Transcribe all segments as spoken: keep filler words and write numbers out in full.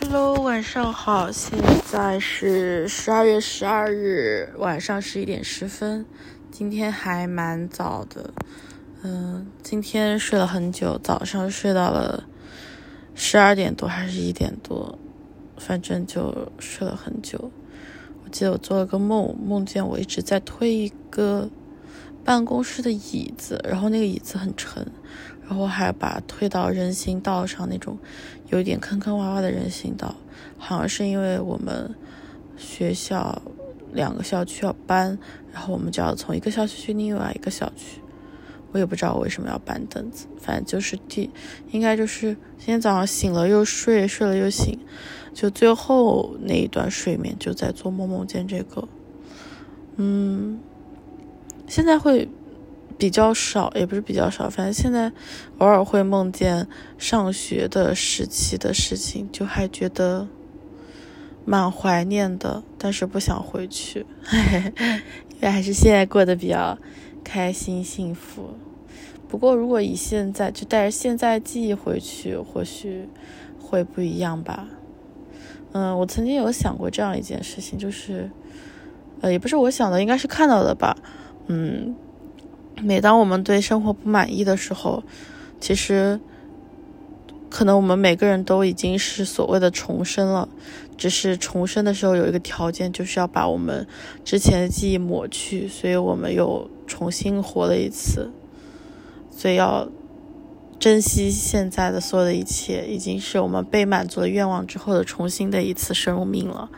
Hello， 晚上好，现在是十二月十二日晚上十一点十分，今天还蛮早的，嗯、呃，今天睡了很久，早上睡到了十二点多还是一点多，反正就睡了很久。我记得我做了个梦，梦见我一直在推一个办公室的椅子，然后那个椅子很沉，然后还把它推到人行道上，那种有一点坑坑洼洼的人行道，好像是因为我们学校两个校区要搬，然后我们就要从一个校区去另外一个校区，我也不知道我为什么要搬凳子，反正就是第应该就是今天早上醒了又睡，睡了又醒，就最后那一段睡眠就在做梦，梦见这个。嗯，现在会比较少，也不是比较少，反正现在偶尔会梦见上学的时期的事情，就还觉得蛮怀念的，但是不想回去，因为还是现在过得比较开心幸福。不过如果以现在就带着现在记忆回去，或许会不一样吧。嗯，我曾经有想过这样一件事情，就是呃，也不是我想的，应该是看到的吧。嗯，每当我们对生活不满意的时候，其实可能我们每个人都已经是所谓的重生了，只是重生的时候有一个条件，就是要把我们之前的记忆抹去，所以我们又重新活了一次。所以要珍惜现在的所有的一切，已经是我们被满足了愿望之后的重新的一次生命了。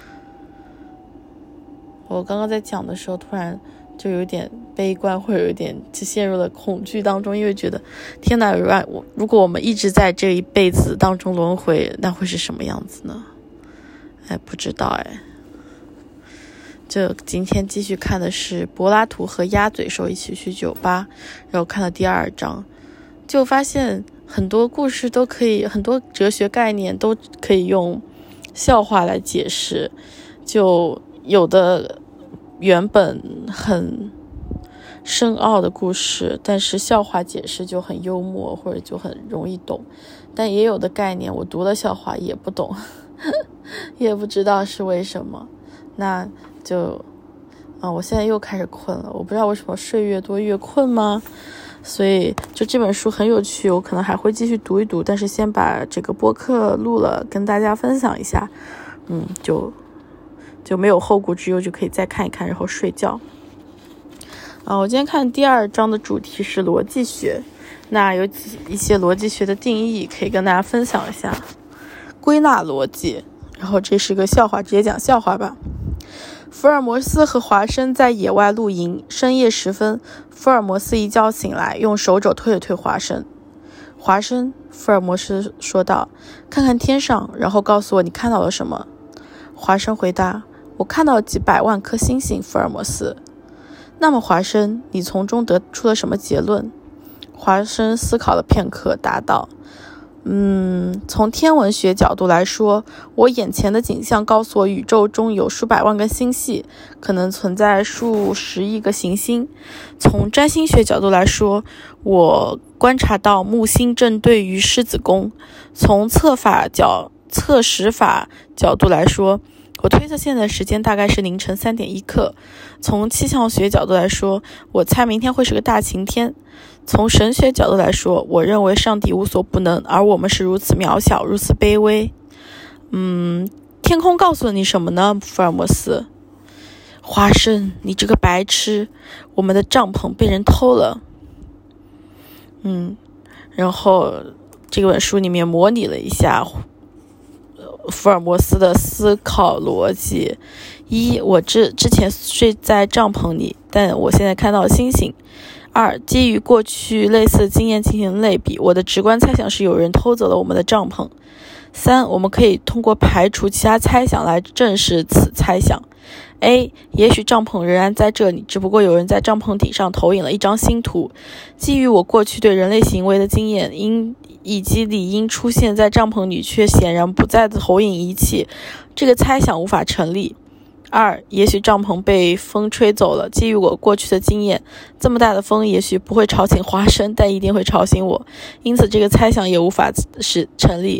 我刚刚在讲的时候突然就有点悲观，或者有点就陷入了恐惧当中，因为觉得天哪，如果我们一直在这一辈子当中轮回，那会是什么样子呢？哎，不知道哎。就今天继续看的是柏拉图和鸭嘴兽一起去酒吧，然后看了第二章，就发现很多故事都可以，很多哲学概念都可以用笑话来解释，就有的原本很深奥的故事，但是笑话解释就很幽默，或者就很容易懂。但也有的概念我读了笑话也不懂也不知道是为什么。那就啊，我现在又开始困了，我不知道为什么睡越多越困吗？所以就这本书很有趣，我可能还会继续读一读，但是先把这个播客录了跟大家分享一下，嗯，就就没有后顾之忧，就可以再看一看然后睡觉。啊，我今天看第二章的主题是逻辑学，那有几一些逻辑学的定义可以跟大家分享一下。归纳逻辑，然后这是个笑话，直接讲笑话吧。福尔摩斯和华生在野外露营，深夜时分，福尔摩斯一觉醒来，用手肘推了推华生。华生，福尔摩斯说道，看看天上，然后告诉我你看到了什么。华生回答，我看到了几百万颗星星，福尔摩斯。那么华生，你从中得出了什么结论？华生思考了片刻，答道，嗯，从天文学角度来说，我眼前的景象告诉我宇宙中有数百万个星系，可能存在数十亿个行星。从占星学角度来说，我观察到木星正对于狮子宫。从测法角测时法角度来说，我推测现在时间大概是凌晨三点一刻。从气象学角度来说，我猜明天会是个大晴天。从神学角度来说，我认为上帝无所不能，而我们是如此渺小，如此卑微。嗯，天空告诉了你什么呢，福尔摩斯？华生，你这个白痴，我们的帐篷被人偷了。嗯，然后这本书里面模拟了一下福尔摩斯的思考逻辑。一，我之之前睡在帐篷里，但我现在看到星星。二，基于过去类似经验进行类比，我的直观猜想是有人偷走了我们的帐篷。三，我们可以通过排除其他猜想来证实此猜想。A， 也许帐篷仍然在这里，只不过有人在帐篷顶上投影了一张新图。基于我过去对人类行为的经验，应以及理应出现在帐篷里却显然不在的投影仪器，这个猜想无法成立。二，也许帐篷被风吹走了，基于我过去的经验，这么大的风也许不会吵醒华生，但一定会吵醒我，因此这个猜想也无法是成立。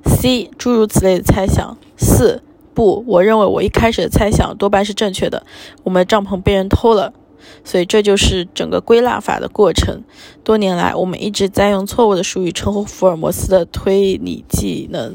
C. 诸如此类的猜想。四. 不，我认为我一开始的猜想多半是正确的，我们的帐篷被人偷了。所以这就是整个归纳法的过程。多年来，我们一直在用错误的术语称呼福尔摩斯的推理技能，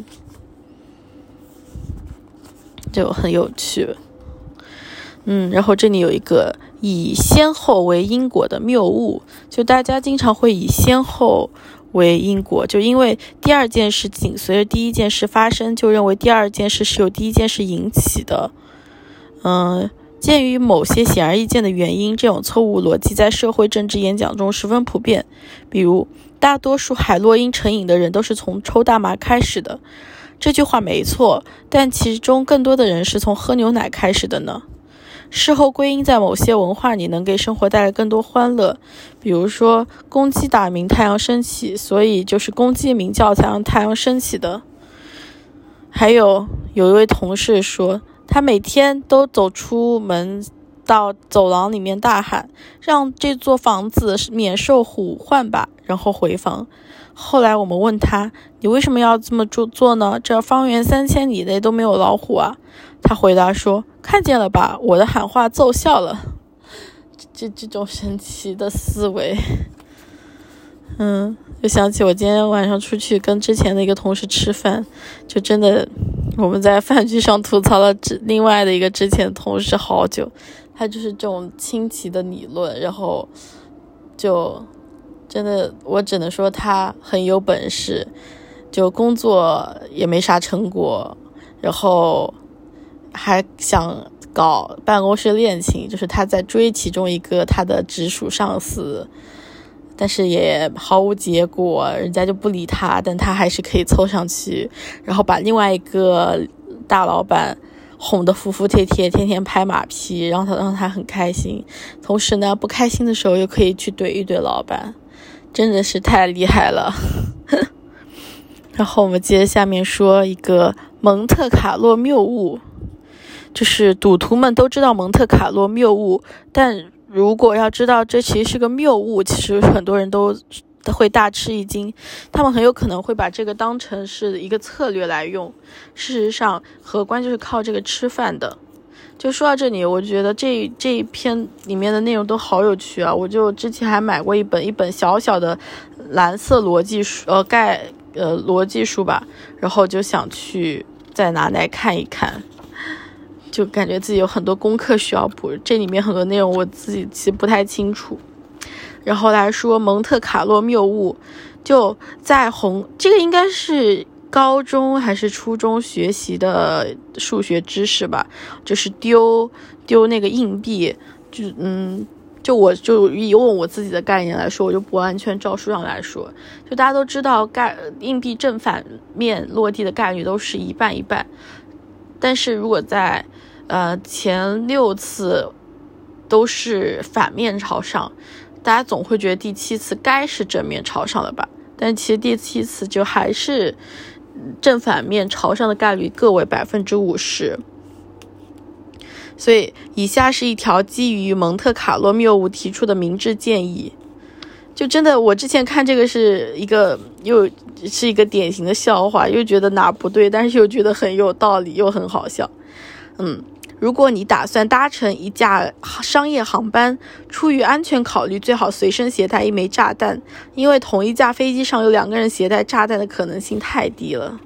就很有趣。嗯，然后这里有一个以先后为因果的谬误，就大家经常会以先后为因果，就因为第二件事紧随着第一件事发生，就认为第二件事是由第一件事引起的。嗯，鉴于某些显而易见的原因，这种错误逻辑在社会政治演讲中十分普遍。比如，大多数海洛因成瘾的人都是从抽大麻开始的，这句话没错，但其中更多的人是从喝牛奶开始的呢。事后归因在某些文化里能给生活带来更多欢乐，比如说公鸡打鸣太阳升起，所以就是公鸡鸣叫才让太阳升起的。还有有一位同事说，他每天都走出门到走廊里面大喊，让这座房子免受虎患吧，然后回房。后来我们问他，你为什么要这么做呢？这方圆三千里内都没有老虎啊。他回答说，看见了吧，我的喊话奏效了。这这种神奇的思维，嗯，就想起我今天晚上出去跟之前的一个同事吃饭，就真的我们在饭局上吐槽了另外的一个之前的同事好久，他就是这种清奇的理论，然后就真的我只能说他很有本事，就工作也没啥成果，然后还想搞办公室恋情，就是他在追其中一个他的直属上司，但是也毫无结果，人家就不理他，但他还是可以凑上去，然后把另外一个大老板哄得服服帖帖，天天拍马屁，让他让他很开心，同时呢不开心的时候又可以去怼一怼老板，真的是太厉害了。然后我们接着下面说一个蒙特卡洛谬误，就是赌徒们都知道蒙特卡洛谬误，但如果要知道这其实是个谬误，其实很多人都会大吃一惊，他们很有可能会把这个当成是一个策略来用。事实上，荷官就是靠这个吃饭的。就说到这里，我觉得这这一篇里面的内容都好有趣啊！我就之前还买过一本一本小小的蓝色逻辑书，呃概呃逻辑书吧，然后就想去再拿来看一看。就感觉自己有很多功课需要补，这里面很多内容我自己其实不太清楚。然后来说蒙特卡洛谬误，就在红这个应该是高中还是初中学习的数学知识吧，就是丢丢那个硬币，就嗯就我就以问我自己的概念来说，我就不完全照书上来说，就大家都知道概硬币正反面落地的概率都是一半一半，但是如果在呃前六次都是反面朝上，大家总会觉得第七次该是正面朝上的吧，但其实第七次就还是正反面朝上的概率各为百分之五十。所以以下是一条基于蒙特卡洛谬误提出的明智建议。就真的我之前看这个是一个又是一个典型的笑话，又觉得哪不对，但是又觉得很有道理，又很好笑。嗯，如果你打算搭乘一架商业航班，出于安全考虑，最好随身携带一枚炸弹，因为同一架飞机上有两个人携带炸弹的可能性太低了。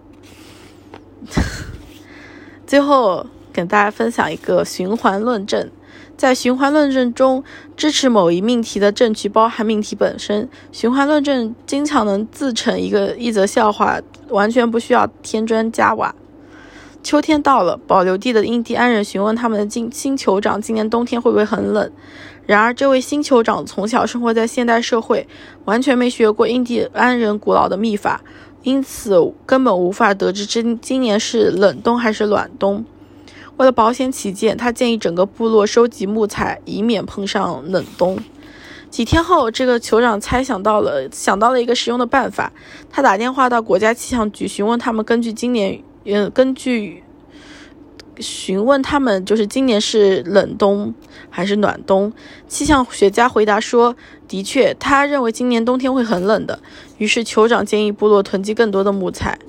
最后跟大家分享一个循环论证。在循环论证中，支持某一命题的证据包含命题本身。循环论证经常能自成一个一则笑话，完全不需要添砖加瓦。秋天到了，保留地的印第安人询问他们的新酋长今年冬天会不会很冷。然而这位新酋长从小生活在现代社会，完全没学过印第安人古老的秘法，因此根本无法得知今年是冷冬还是暖冬。为了保险起见，他建议整个部落收集木材，以免碰上冷冬。几天后，这个酋长猜想到了想到了一个实用的办法，他打电话到国家气象局询问他们根据今年呃根据询问他们就是今年是冷冬还是暖冬。气象学家回答说，的确他认为今年冬天会很冷的。于是酋长建议部落囤积更多的木材。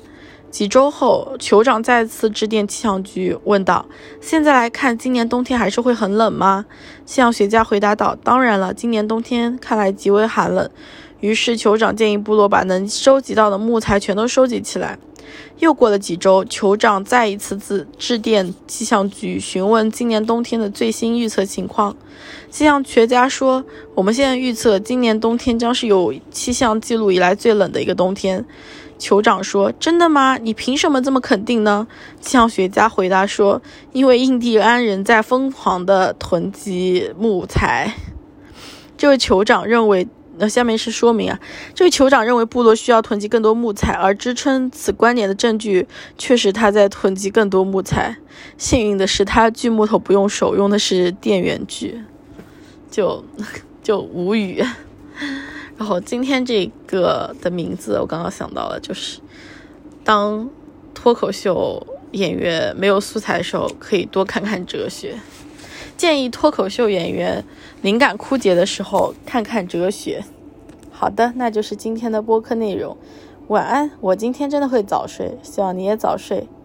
几周后，酋长再次致电气象局，问道：现在来看，今年冬天还是会很冷吗？气象学家回答道：当然了，今年冬天看来极为寒冷。于是酋长建议部落把能收集到的木材全都收集起来。又过了几周，酋长再一次致致电气象局，询问今年冬天的最新预测情况。气象学家说：我们现在预测今年冬天将是有气象记录以来最冷的一个冬天。酋长说：真的吗？你凭什么这么肯定呢？气象学家回答说：因为印第安人在疯狂地囤积木材。这位酋长认为那下面是说明啊，这位酋长认为部落需要囤积更多木材，而支撑此观点的证据确实他在囤积更多木材。幸运的是，他锯木头不用手，用的是电源锯，就就无语。然后今天这个的名字我刚刚想到了，就是当脱口秀演员没有素材的时候，可以多看看哲学。建议脱口秀演员灵感枯竭的时候看看哲学。好的，那就是今天的播客内容。晚安，我今天真的会早睡，希望你也早睡。